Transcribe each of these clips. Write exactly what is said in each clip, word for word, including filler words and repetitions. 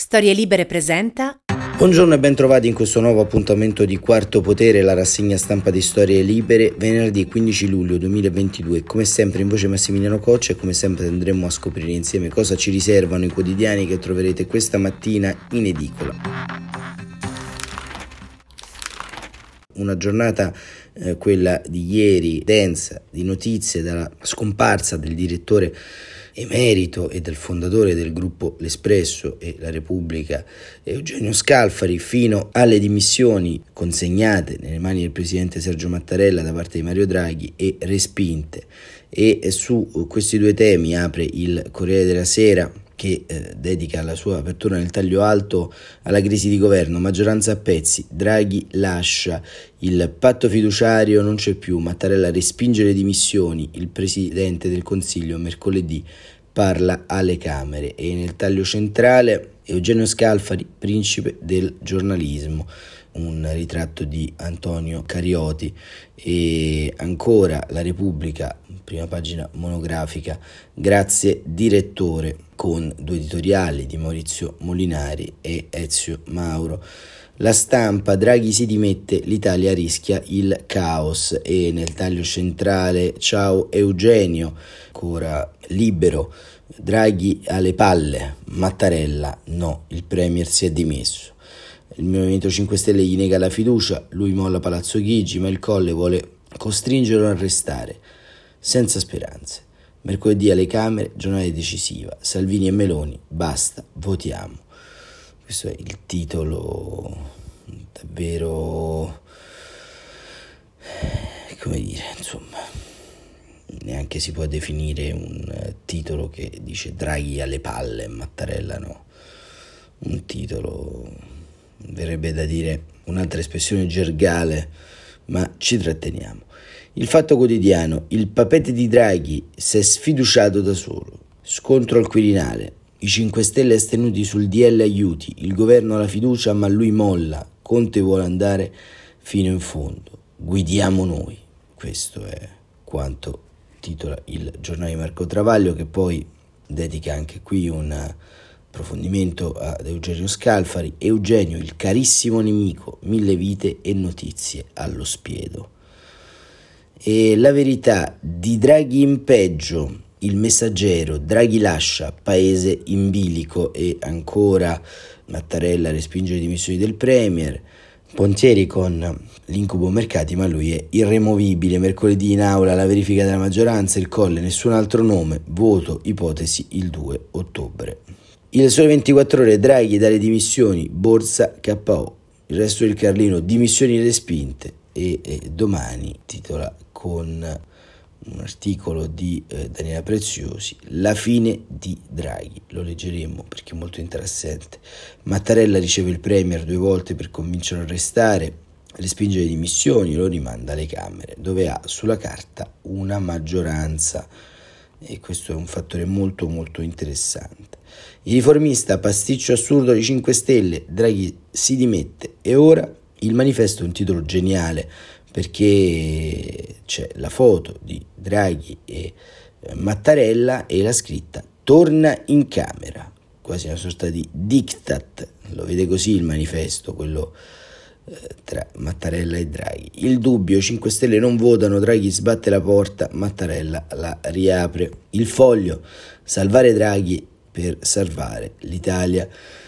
Storie Libere presenta. Buongiorno e ben trovati in questo nuovo appuntamento di Quarto Potere, la rassegna stampa di Storie Libere, venerdì quindici luglio duemilaventidue. Come sempre in voce Massimiliano Coccia e come sempre andremo a scoprire insieme cosa ci riservano i quotidiani che troverete questa mattina in edicola. Una giornata, eh, quella di ieri, densa di notizie dalla scomparsa del direttore emerito e del fondatore del gruppo L'Espresso e La Repubblica, Eugenio Scalfari, fino alle dimissioni consegnate nelle mani del presidente Sergio Mattarella da parte di Mario Draghi e respinte. E su questi due temi apre il Corriere della Sera, che eh, dedica la sua apertura nel taglio alto alla crisi di governo. Maggioranza a pezzi, Draghi lascia, il patto fiduciario non c'è più, Mattarella respinge le dimissioni, il presidente del Consiglio mercoledì parla alle Camere. E nel taglio centrale Eugenio Scalfari, principe del giornalismo, un ritratto di Antonio Carioti. E ancora La Repubblica, prima pagina monografica, grazie direttore, con due editoriali di Maurizio Molinari e Ezio Mauro. La Stampa, Draghi si dimette, l'Italia rischia il caos. E nel taglio centrale, ciao Eugenio, ancora Libero, Draghi alle palle, Mattarella no, il premier si è dimesso. Il Movimento cinque Stelle gli nega la fiducia, lui molla Palazzo Chigi, ma il Colle vuole costringerlo a restare, senza speranze. Mercoledì alle Camere, giornata decisiva, Salvini e Meloni, basta, votiamo. Questo è il titolo davvero, come dire, insomma, neanche si può definire un titolo che dice Draghi alle palle, Mattarella no. Un titolo, verrebbe da dire un'altra espressione gergale, ma ci tratteniamo. Il Fatto Quotidiano, il papete di Draghi si è sfiduciato da solo, scontro al Quirinale, i cinque Stelle astenuti sul D L aiuti, il governo ha la fiducia ma lui molla, Conte vuole andare fino in fondo, guidiamo noi. Questo è quanto titola il giornale di Marco Travaglio, che poi dedica anche qui un approfondimento ad Eugenio Scalfari. Eugenio, il carissimo nemico, mille vite e notizie allo spiedo. E La Verità, di Draghi in peggio, Il Messaggero, Draghi lascia, paese in bilico. E ancora Mattarella respinge le dimissioni del premier, Pontieri con l'incubo mercati ma lui è irremovibile, mercoledì in aula la verifica della maggioranza, il Colle nessun altro nome, voto ipotesi il due ottobre. Il Sole ventiquattro Ore, Draghi dalle dimissioni, Borsa K O, il Resto del Carlino, dimissioni respinte. E, e domani titola con un articolo di eh, Daniela Preziosi, la fine di Draghi, lo leggeremo perché è molto interessante. Mattarella riceve il premier due volte per convincerlo a restare, respinge le dimissioni, lo rimanda alle Camere dove ha sulla carta una maggioranza, e questo è un fattore molto molto interessante. Il Riformista, pasticcio assurdo di cinque Stelle, Draghi si dimette. E ora Il Manifesto, un titolo geniale perché c'è la foto di Draghi e Mattarella e la scritta torna in Camera, quasi una sorta di diktat, lo vede così il Manifesto, quello eh, tra Mattarella e Draghi. Il Dubbio, cinque Stelle non votano, Draghi sbatte la porta, Mattarella la riapre. Il Foglio, salvare Draghi per salvare l'Italia.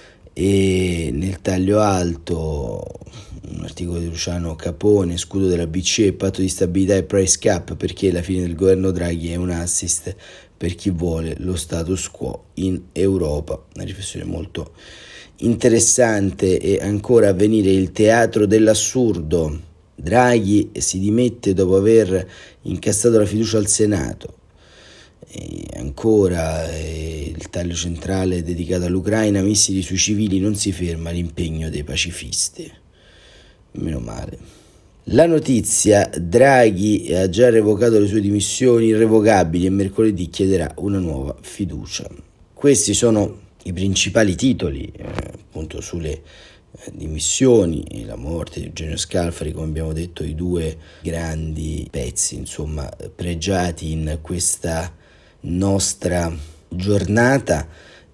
E nel taglio alto un articolo di Luciano Capone, scudo della B C E, patto di stabilità e price cap, perché la fine del governo Draghi è un assist per chi vuole lo status quo in Europa. Una riflessione molto interessante. E ancora Avvenire, il teatro dell'assurdo, Draghi si dimette dopo aver incassato la fiducia al Senato. E ancora eh, il taglio centrale dedicato all'Ucraina, missili sui civili, non si ferma l'impegno dei pacifisti, meno male. La Notizia, Draghi ha già revocato le sue dimissioni irrevocabili e mercoledì chiederà una nuova fiducia. Questi sono i principali titoli eh, appunto sulle eh, dimissioni e la morte di Eugenio Scalfari, come abbiamo detto, i due grandi pezzi insomma pregiati in questa nostra giornata.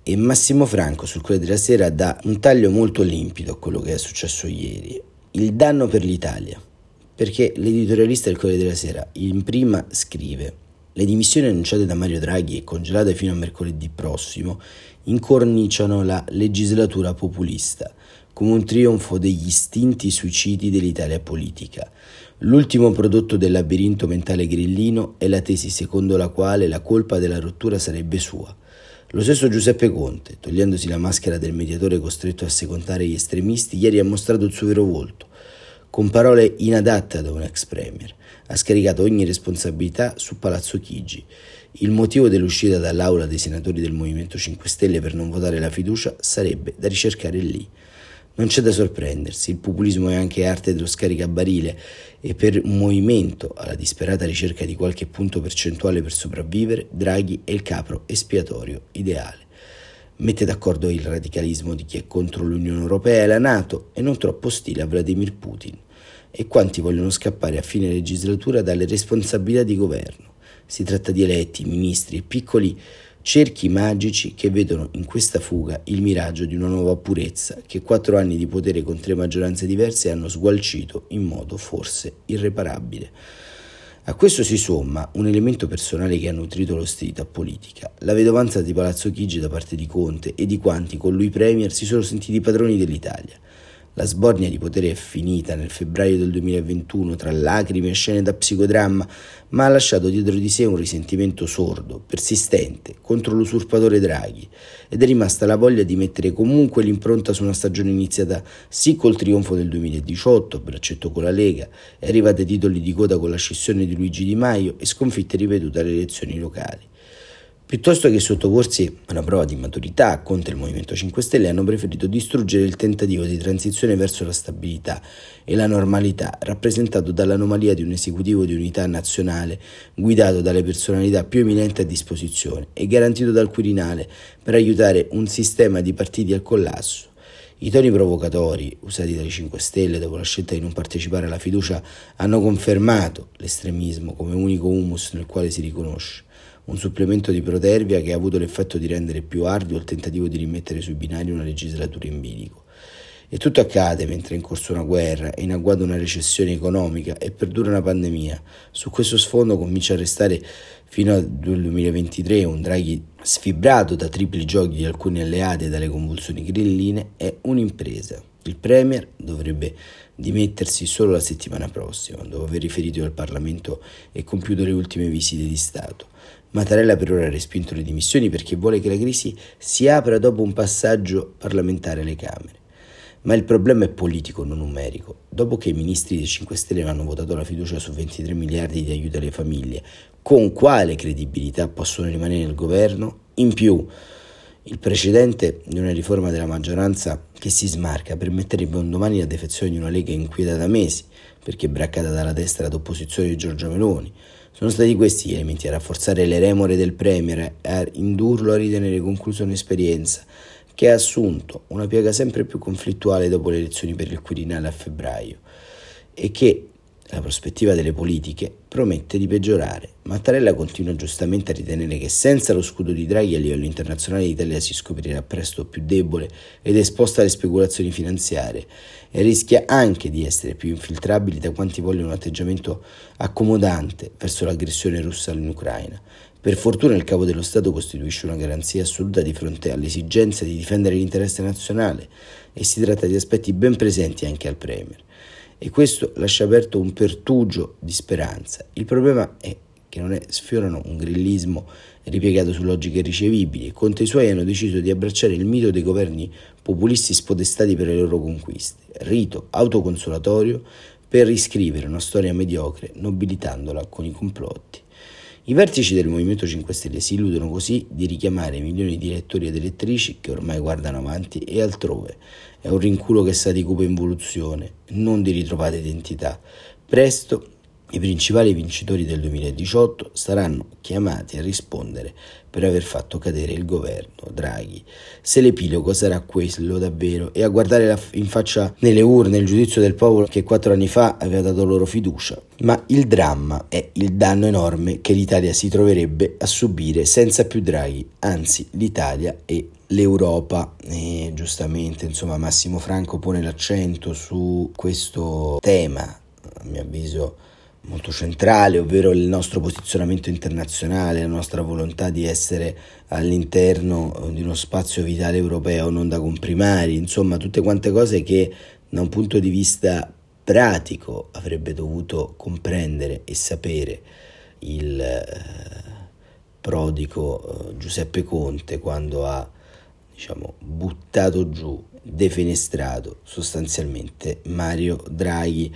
E Massimo Franco sul Corriere della Sera dà un taglio molto limpido a quello che è successo ieri. Il danno per l'Italia, perché l'editorialista del Corriere della Sera in prima scrive: le dimissioni annunciate da Mario Draghi e congelate fino a mercoledì prossimo incorniciano la legislatura populista come un trionfo degli istinti suicidi dell'Italia politica. L'ultimo prodotto del labirinto mentale grillino è la tesi secondo la quale la colpa della rottura sarebbe sua. Lo stesso Giuseppe Conte, togliendosi la maschera del mediatore costretto a secondare gli estremisti, ieri ha mostrato il suo vero volto. Con parole inadatte ad un ex premier, ha scaricato ogni responsabilità su Palazzo Chigi. Il motivo dell'uscita dall'aula dei senatori del Movimento cinque Stelle per non votare la fiducia sarebbe da ricercare lì. Non c'è da sorprendersi, il populismo è anche arte dello scaricabarile e per un movimento alla disperata ricerca di qualche punto percentuale per sopravvivere, Draghi è il capro espiatorio ideale. Mette d'accordo il radicalismo di chi è contro l'Unione Europea e la NATO e non troppo ostile a Vladimir Putin. E quanti vogliono scappare a fine legislatura dalle responsabilità di governo. Si tratta di eletti, ministri e piccoli cerchi magici che vedono in questa fuga il miraggio di una nuova purezza che quattro anni di potere con tre maggioranze diverse hanno sgualcito in modo forse irreparabile. A questo si somma un elemento personale che ha nutrito l'ostilità politica, la vedovanza di Palazzo Chigi da parte di Conte e di quanti con lui premier si sono sentiti padroni dell'Italia. La sbornia di potere è finita nel febbraio del duemilaventuno tra lacrime e scene da psicodramma, ma ha lasciato dietro di sé un risentimento sordo, persistente, contro l'usurpatore Draghi, ed è rimasta la voglia di mettere comunque l'impronta su una stagione iniziata sì col trionfo del duemiladiciotto, braccetto con la Lega, e arrivate titoli di coda con la scissione di Luigi Di Maio e sconfitte ripetute alle elezioni locali. Piuttosto che sottoporsi a una prova di maturità, Conte e il Movimento cinque Stelle hanno preferito distruggere il tentativo di transizione verso la stabilità e la normalità rappresentato dall'anomalia di un esecutivo di unità nazionale guidato dalle personalità più eminenti a disposizione e garantito dal Quirinale per aiutare un sistema di partiti al collasso. I toni provocatori usati dai cinque Stelle dopo la scelta di non partecipare alla fiducia hanno confermato l'estremismo come unico humus nel quale si riconosce. Un supplemento di protervia che ha avuto l'effetto di rendere più arduo il tentativo di rimettere sui binari una legislatura in bilico. E tutto accade mentre è in corso una guerra, è in agguato una recessione economica e perdura una pandemia. Su questo sfondo comincia a restare fino al duemilaventitré un Draghi sfibrato da tripli giochi di alcuni alleati e dalle convulsioni grilline è un'impresa. Il premier dovrebbe dimettersi solo la settimana prossima, dopo aver riferito al Parlamento e compiuto le ultime visite di Stato. Mattarella per ora ha respinto le dimissioni perché vuole che la crisi si apra dopo un passaggio parlamentare alle Camere. Ma il problema è politico, non numerico. Dopo che i ministri dei cinque Stelle hanno votato la fiducia su ventitré miliardi di aiuto alle famiglie, con quale credibilità possono rimanere nel governo? In più, il precedente di una riforma della maggioranza che si smarca permetterebbe un domani la defezione di una Lega inquieta da mesi, perché braccata dalla destra d'opposizione di Giorgia Meloni. Sono stati questi gli elementi a rafforzare le remore del premier e a indurlo a ritenere conclusa un'esperienza che ha assunto una piega sempre più conflittuale dopo le elezioni per il Quirinale a febbraio e che la prospettiva delle politiche promette di peggiorare. Mattarella continua giustamente a ritenere che senza lo scudo di Draghi a livello internazionale l'Italia si scoprirà presto più debole ed esposta alle speculazioni finanziarie e rischia anche di essere più infiltrabili da quanti vogliono un atteggiamento accomodante verso l'aggressione russa in Ucraina. Per fortuna il capo dello Stato costituisce una garanzia assoluta di fronte all'esigenza di difendere l'interesse nazionale e si tratta di aspetti ben presenti anche al premier. E questo lascia aperto un pertugio di speranza. Il problema è che non è, sfiorano un grillismo ripiegato su logiche irricevibili e Conte e i suoi hanno deciso di abbracciare il mito dei governi populisti spodestati per le loro conquiste, rito autoconsolatorio per riscrivere una storia mediocre nobilitandola con i complotti. I vertici del Movimento cinque Stelle si illudono così di richiamare milioni di lettori ed elettrici che ormai guardano avanti e altrove. È un rinculo che sa di cupa involuzione, non di ritrovata identità. Presto I principali vincitori del duemiladiciotto saranno chiamati a rispondere per aver fatto cadere il governo Draghi. Se l'epilogo sarà quello davvero e a guardare la, in faccia nelle urne il giudizio del popolo che quattro anni fa aveva dato loro fiducia. Ma il dramma è il danno enorme che l'Italia si troverebbe a subire senza più Draghi, anzi l'Italia e l'Europa. E giustamente, insomma, Massimo Franco pone l'accento su questo tema, a mio avviso molto centrale, ovvero il nostro posizionamento internazionale, la nostra volontà di essere all'interno di uno spazio vitale europeo non da comprimari, insomma tutte quante cose che da un punto di vista pratico avrebbe dovuto comprendere e sapere il eh, prodigo eh, Giuseppe Conte quando ha, diciamo, buttato giù, defenestrato sostanzialmente Mario Draghi.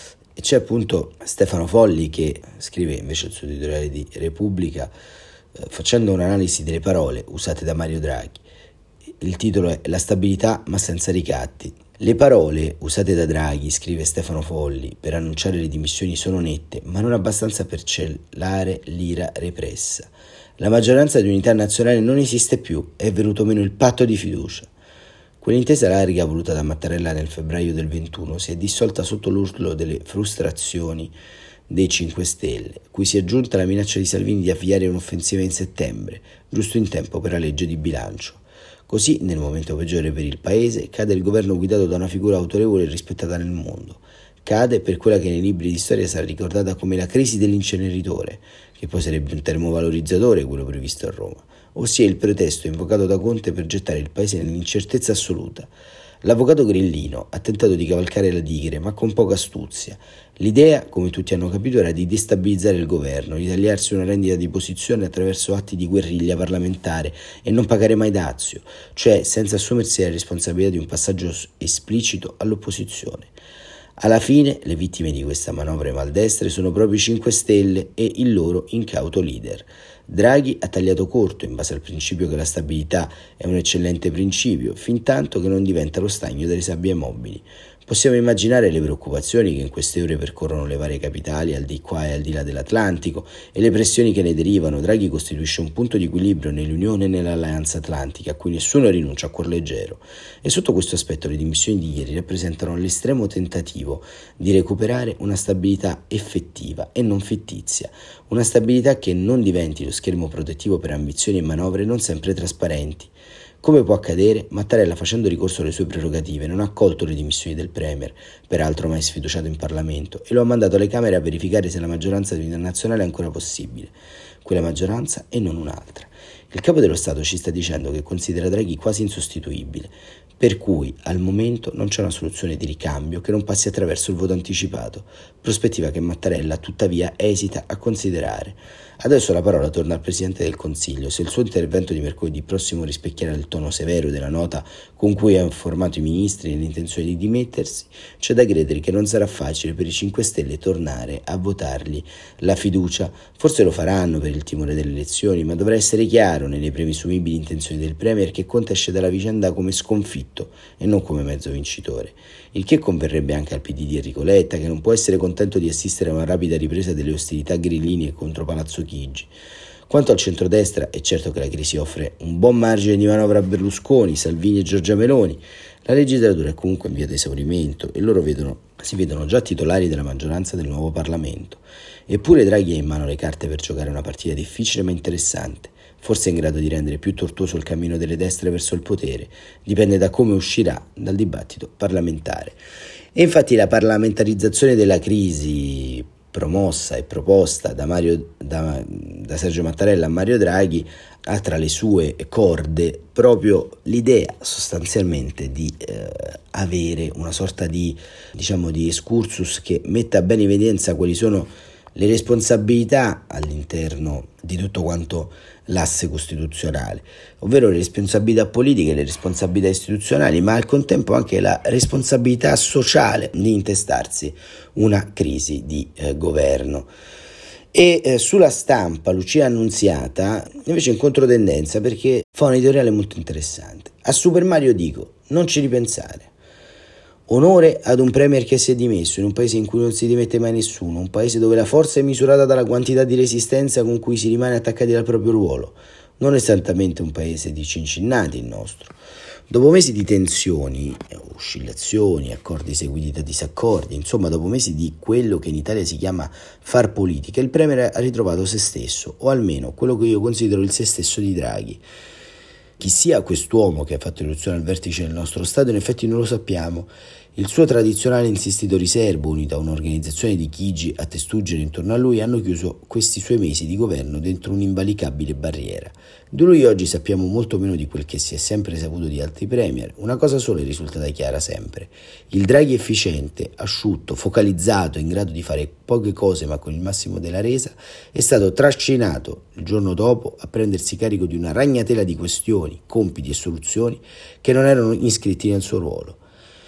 E c'è appunto Stefano Folli che scrive invece il suo editoriale di Repubblica eh, facendo un'analisi delle parole usate da Mario Draghi. Il titolo è La stabilità ma senza ricatti. Le parole usate da Draghi, scrive Stefano Folli, per annunciare le dimissioni sono nette, ma non abbastanza per celare l'ira repressa. La maggioranza di unità nazionale non esiste più, è venuto meno il patto di fiducia. Quell'intesa larga voluta da Mattarella nel febbraio del ventuno si è dissolta sotto l'urlo delle frustrazioni dei cinque Stelle, cui si è aggiunta la minaccia di Salvini di avviare un'offensiva in settembre, giusto in tempo per la legge di bilancio. Così, nel momento peggiore per il paese, cade il governo guidato da una figura autorevole e rispettata nel mondo. Cade per quella che nei libri di storia sarà ricordata come la crisi dell'inceneritore, che poi sarebbe un termovalorizzatore quello previsto a Roma, ossia il pretesto invocato da Conte per gettare il paese nell'incertezza assoluta. L'avvocato grillino ha tentato di cavalcare la tigre, ma con poca astuzia. L'idea, come tutti hanno capito, era di destabilizzare il governo, di tagliarsi una rendita di posizione attraverso atti di guerriglia parlamentare e non pagare mai dazio, cioè senza assumersi la responsabilità di un passaggio esplicito all'opposizione. Alla fine, le vittime di questa manovra maldestre sono proprio i cinque Stelle e il loro incauto leader. Draghi ha tagliato corto in base al principio che la stabilità è un eccellente principio, fin tanto che non diventa lo stagno delle sabbie mobili. Possiamo immaginare le preoccupazioni che in queste ore percorrono le varie capitali al di qua e al di là dell'Atlantico e le pressioni che ne derivano. Draghi costituisce un punto di equilibrio nell'Unione e nell'Alleanza Atlantica a cui nessuno rinuncia a cuor leggero, e sotto questo aspetto le dimissioni di ieri rappresentano l'estremo tentativo di recuperare una stabilità effettiva e non fittizia, una stabilità che non diventi lo schermo protettivo per ambizioni e manovre non sempre trasparenti. Come può accadere, Mattarella, facendo ricorso alle sue prerogative, non ha accolto le dimissioni del Premier, peraltro mai sfiduciato in Parlamento, e lo ha mandato alle Camere a verificare se la maggioranza di unità nazionale è ancora possibile, quella maggioranza e non un'altra. Il Capo dello Stato ci sta dicendo che considera Draghi quasi insostituibile, per cui al momento non c'è una soluzione di ricambio che non passi attraverso il voto anticipato, prospettiva che Mattarella tuttavia esita a considerare. Adesso la parola torna al Presidente del Consiglio. Se il suo intervento di mercoledì prossimo rispecchierà il tono severo della nota con cui ha informato i ministri nell'intenzione di dimettersi, c'è da credere che non sarà facile per i cinque Stelle tornare a votargli la fiducia. Forse lo faranno per il timore delle elezioni, ma dovrà essere chiaro nelle presumibili intenzioni del Premier che Conte esce dalla vicenda come sconfitto e non come mezzo vincitore, il che converrebbe anche al P D di Enrico Letta, che non può essere contento di assistere a una rapida ripresa delle ostilità grilline contro Palazzo Chigi. Quanto al centrodestra, è certo che la crisi offre un buon margine di manovra a Berlusconi, Salvini e Giorgia Meloni. La legislatura è comunque in via di esaurimento e loro vedono, si vedono già titolari della maggioranza del nuovo Parlamento. Eppure Draghi ha in mano le carte per giocare una partita difficile ma interessante, forse in grado di rendere più tortuoso il cammino delle destre verso il potere. Dipende da come uscirà dal dibattito parlamentare. E infatti la parlamentarizzazione della crisi promossa e proposta da, Mario, da, da Sergio Mattarella a Mario Draghi ha tra le sue corde proprio l'idea sostanzialmente di eh, avere una sorta di, diciamo, di excursus che metta bene in evidenza quali sono le responsabilità all'interno di tutto quanto l'asse costituzionale, ovvero le responsabilità politiche, le responsabilità istituzionali, ma al contempo anche la responsabilità sociale di intestarsi una crisi di eh, governo. E eh, sulla Stampa Lucia Annunziata invece in controtendenza, perché fa un editoriale molto interessante. A Super Mario dico, non ci ripensare. Onore ad un premier che si è dimesso in un paese in cui non si dimette mai nessuno, un paese dove la forza è misurata dalla quantità di resistenza con cui si rimane attaccati al proprio ruolo. Non esattamente un paese di Cincinnati il nostro. Dopo mesi di tensioni, oscillazioni, accordi seguiti da disaccordi, insomma dopo mesi di quello che in Italia si chiama far politica, il premier ha ritrovato se stesso, o almeno quello che io considero il se stesso di Draghi. Chi sia quest'uomo che ha fatto irruzione al vertice del nostro Stato in effetti non lo sappiamo. Il suo tradizionale insistito riservo, unito a un'organizzazione di chigi a testuggine intorno a lui, hanno chiuso questi suoi mesi di governo dentro un'invalicabile barriera. Di lui oggi sappiamo molto meno di quel che si è sempre saputo di altri premier. Una cosa sola è risultata chiara sempre. Il Draghi efficiente, asciutto, focalizzato, in grado di fare poche cose ma con il massimo della resa, è stato trascinato il giorno dopo a prendersi carico di una ragnatela di questioni, compiti e soluzioni che non erano iscritti nel suo ruolo.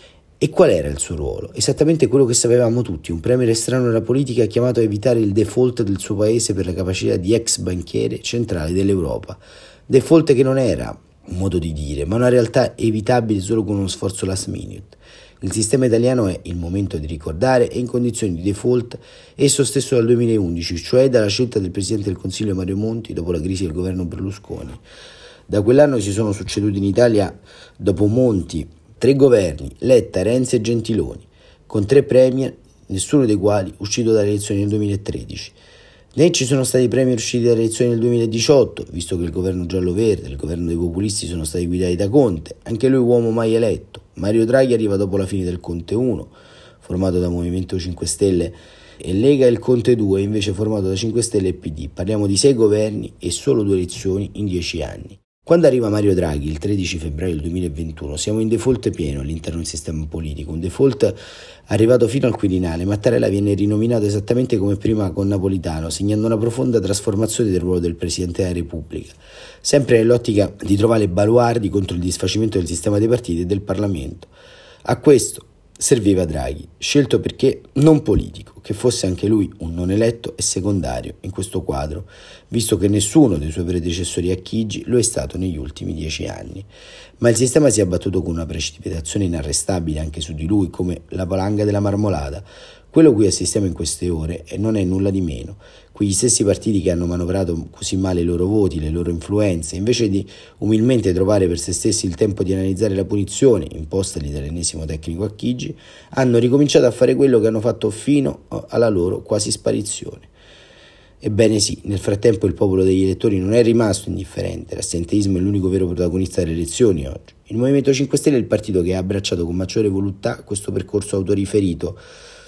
E qual era il suo ruolo? Esattamente quello che sapevamo tutti, un premier estraneo alla politica chiamato a evitare il default del suo paese per la capacità di ex banchiere centrale dell'Europa. Default che non era un modo di dire, ma una realtà evitabile solo con uno sforzo last minute. Il sistema italiano è, il momento di ricordare, è in condizioni di default esso stesso dal duemilaundici, cioè dalla scelta del Presidente del Consiglio Mario Monti dopo la crisi del governo Berlusconi. Da quell'anno si sono succeduti in Italia, dopo Monti, tre governi, Letta, Renzi e Gentiloni, con tre premier, nessuno dei quali uscito dalle elezioni nel duemilatredici. Né ci sono stati premier usciti dalle elezioni nel duemiladiciotto, visto che il governo giallo-verde e il governo dei populisti sono stati guidati da Conte, anche lui uomo mai eletto. Mario Draghi arriva dopo la fine del Conte uno, formato da Movimento cinque Stelle e Lega, e il Conte due, invece formato da cinque Stelle e P D. Parliamo di sei governi e solo due elezioni in dieci anni. Quando arriva Mario Draghi il tredici febbraio del duemilaventuno siamo in default pieno all'interno del sistema politico, un default arrivato fino al Quirinale. Mattarella viene rinominato esattamente come prima con Napolitano, segnando una profonda trasformazione del ruolo del Presidente della Repubblica, sempre nell'ottica di trovare baluardi contro il disfacimento del sistema dei partiti e del Parlamento. A questo serviva Draghi, scelto perché non politico, che fosse anche lui un non eletto e secondario in questo quadro, visto che nessuno dei suoi predecessori a Chigi lo è stato negli ultimi dieci anni. Ma il sistema si è abbattuto con una precipitazione inarrestabile anche su di lui, come la valanga della marmolada. Quello cui assistiamo in queste ore e non è nulla di meno. Quegli stessi partiti che hanno manovrato così male i loro voti, le loro influenze, invece di umilmente trovare per se stessi il tempo di analizzare la punizione impostagli dall'ennesimo tecnico a Chigi, hanno ricominciato a fare quello che hanno fatto fino alla loro quasi sparizione. Ebbene sì, nel frattempo il popolo degli elettori non è rimasto indifferente, l'assenteismo è l'unico vero protagonista delle elezioni oggi. Il Movimento cinque Stelle è il partito che ha abbracciato con maggiore voluttà questo percorso autoriferito,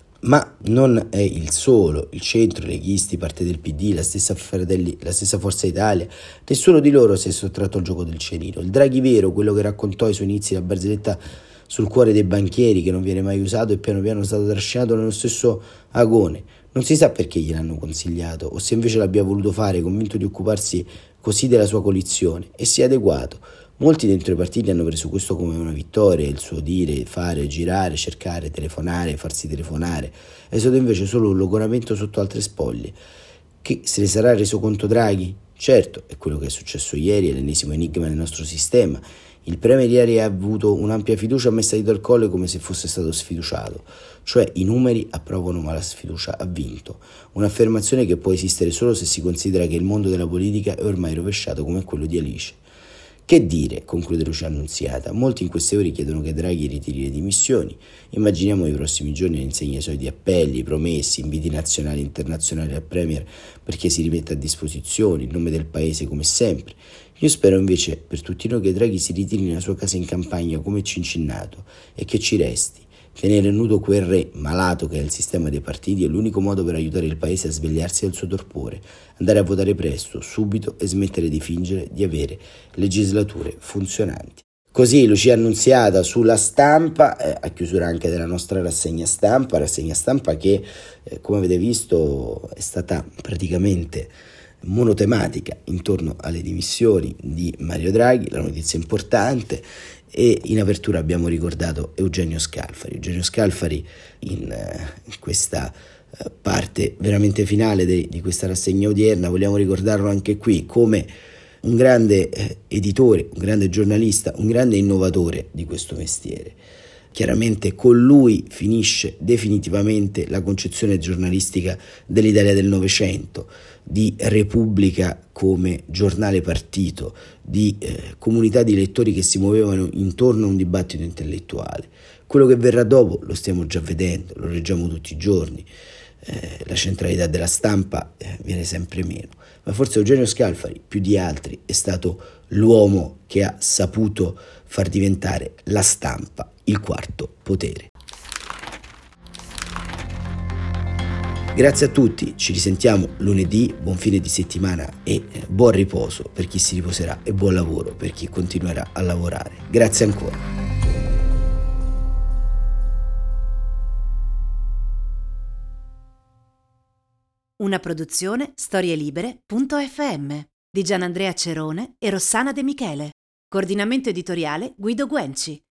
ma non è il solo. Il centro, i leghisti, parte del P D, la stessa Fratelli, la stessa Forza Italia, nessuno di loro si è sottratto al gioco del cenino. Il Draghi vero, quello che raccontò ai suoi inizi la barzelletta sul cuore dei banchieri che non viene mai usato e piano piano è stato trascinato nello stesso agone. Non si sa perché gliel'hanno consigliato o se invece l'abbia voluto fare convinto di occuparsi così della sua coalizione, e si è adeguato. Molti dentro i partiti hanno preso questo come una vittoria, il suo dire, fare, girare, cercare, telefonare, farsi telefonare. È stato invece solo un logoramento sotto altre spoglie. Che se ne sarà reso conto Draghi? Certo, è quello che è successo ieri, è l'ennesimo enigma nel nostro sistema. Il premier ieri ha avuto un'ampia fiducia messa dietro al collo come se fosse stato sfiduciato, cioè i numeri approvano ma la sfiducia ha vinto, un'affermazione che può esistere solo se si considera che il mondo della politica è ormai rovesciato come quello di Alice. Che dire, conclude Lucia Annunziata, molti in queste ore chiedono che Draghi ritiri le dimissioni. Immaginiamo i prossimi giorni all'insegna ai soliti appelli, promessi, inviti nazionali e internazionali al premier perché si rimetta a disposizione in nome del paese come sempre. Io spero invece per tutti noi che Draghi si ritiri nella sua casa in campagna come Cincinnato e che ci resti. Tenere nudo quel re malato che è il sistema dei partiti è l'unico modo per aiutare il paese a svegliarsi dal suo torpore, andare a votare presto, subito e smettere di fingere di avere legislature funzionanti. Così Lucia Annunziata sulla Stampa, eh, a chiusura anche della nostra rassegna stampa, rassegna stampa che eh, come avete visto è stata praticamente monotematica intorno alle dimissioni di Mario Draghi, la notizia importante. E in apertura abbiamo ricordato Eugenio Scalfari. Eugenio Scalfari in, eh, in questa eh, parte veramente finale de, di questa rassegna odierna vogliamo ricordarlo anche qui come un grande eh, editore, un grande giornalista, un grande innovatore di questo mestiere. Chiaramente con lui finisce definitivamente la concezione giornalistica dell'Italia del Novecento, di Repubblica come giornale partito, di eh, comunità di lettori che si muovevano intorno a un dibattito intellettuale. Quello che verrà dopo lo stiamo già vedendo, lo leggiamo tutti i giorni. Eh, la centralità della stampa eh, viene sempre meno, ma forse Eugenio Scalfari più di altri è stato l'uomo che ha saputo far diventare la stampa il quarto potere. Grazie a tutti, ci risentiamo lunedì, buon fine di settimana e eh, buon riposo per chi si riposerà e buon lavoro per chi continuerà a lavorare. Grazie ancora. Una produzione storielibere punto effe emme di Gianandrea Cerone e Rossana De Michele. Coordinamento editoriale Guido Guenci.